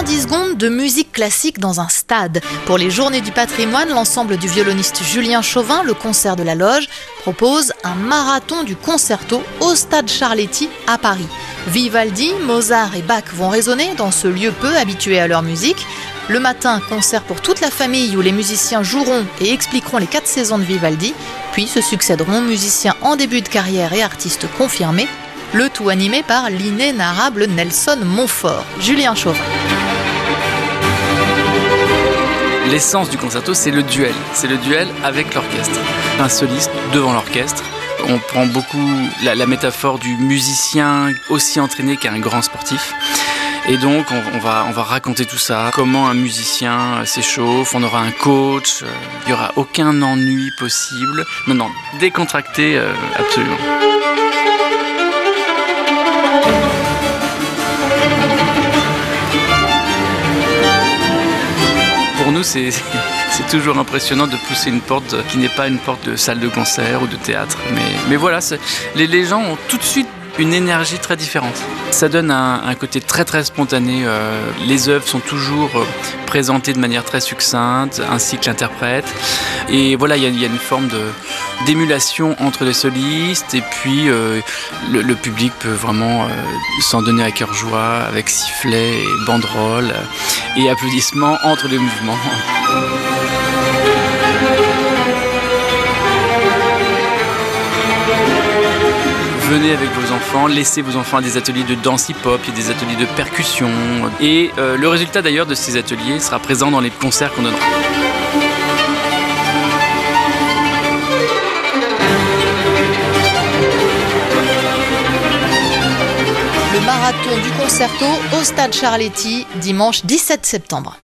90 secondes de musique classique dans un stade. Pour les Journées du patrimoine, l'ensemble du violoniste Julien Chauvin, le concert de la Loge, propose un marathon du concerto au stade Charletti à Paris. Vivaldi, Mozart et Bach vont résonner dans ce lieu peu habitué à leur musique. Le matin, concert pour toute la famille où les musiciens joueront et expliqueront les 4 saisons de Vivaldi. Puis se succéderont musiciens en début de carrière et artistes confirmés. Le tout animé par l'inénarrable Nelson Montfort. Julien Chauvin. L'essence du concerto, c'est le duel. C'est le duel avec l'orchestre. Un soliste devant l'orchestre. On prend beaucoup la métaphore du musicien aussi entraîné qu'un grand sportif. Et donc, on va raconter tout ça, comment un musicien s'échauffe, on aura un coach, il n'y aura aucun ennui possible. Non, décontracté, absolument. Pour nous, c'est toujours impressionnant de pousser une porte qui n'est pas une porte de salle de concert ou de théâtre. Mais voilà, les gens ont tout de suite une énergie très différente. Ça donne un côté très très spontané. Les œuvres sont toujours présentées de manière très succincte, ainsi que l'interprète. Et voilà, il y a une forme d'émulation entre les solistes et puis le public peut vraiment s'en donner à cœur joie avec sifflets et banderoles et applaudissements entre les mouvements. Venez avec vos enfants, laissez vos enfants à des ateliers de danse hip-hop, il y a des ateliers de percussion. Et le résultat d'ailleurs de ces ateliers sera présent dans les concerts qu'on donnera. Le marathon du concerto au stade Charletti, dimanche 17 septembre.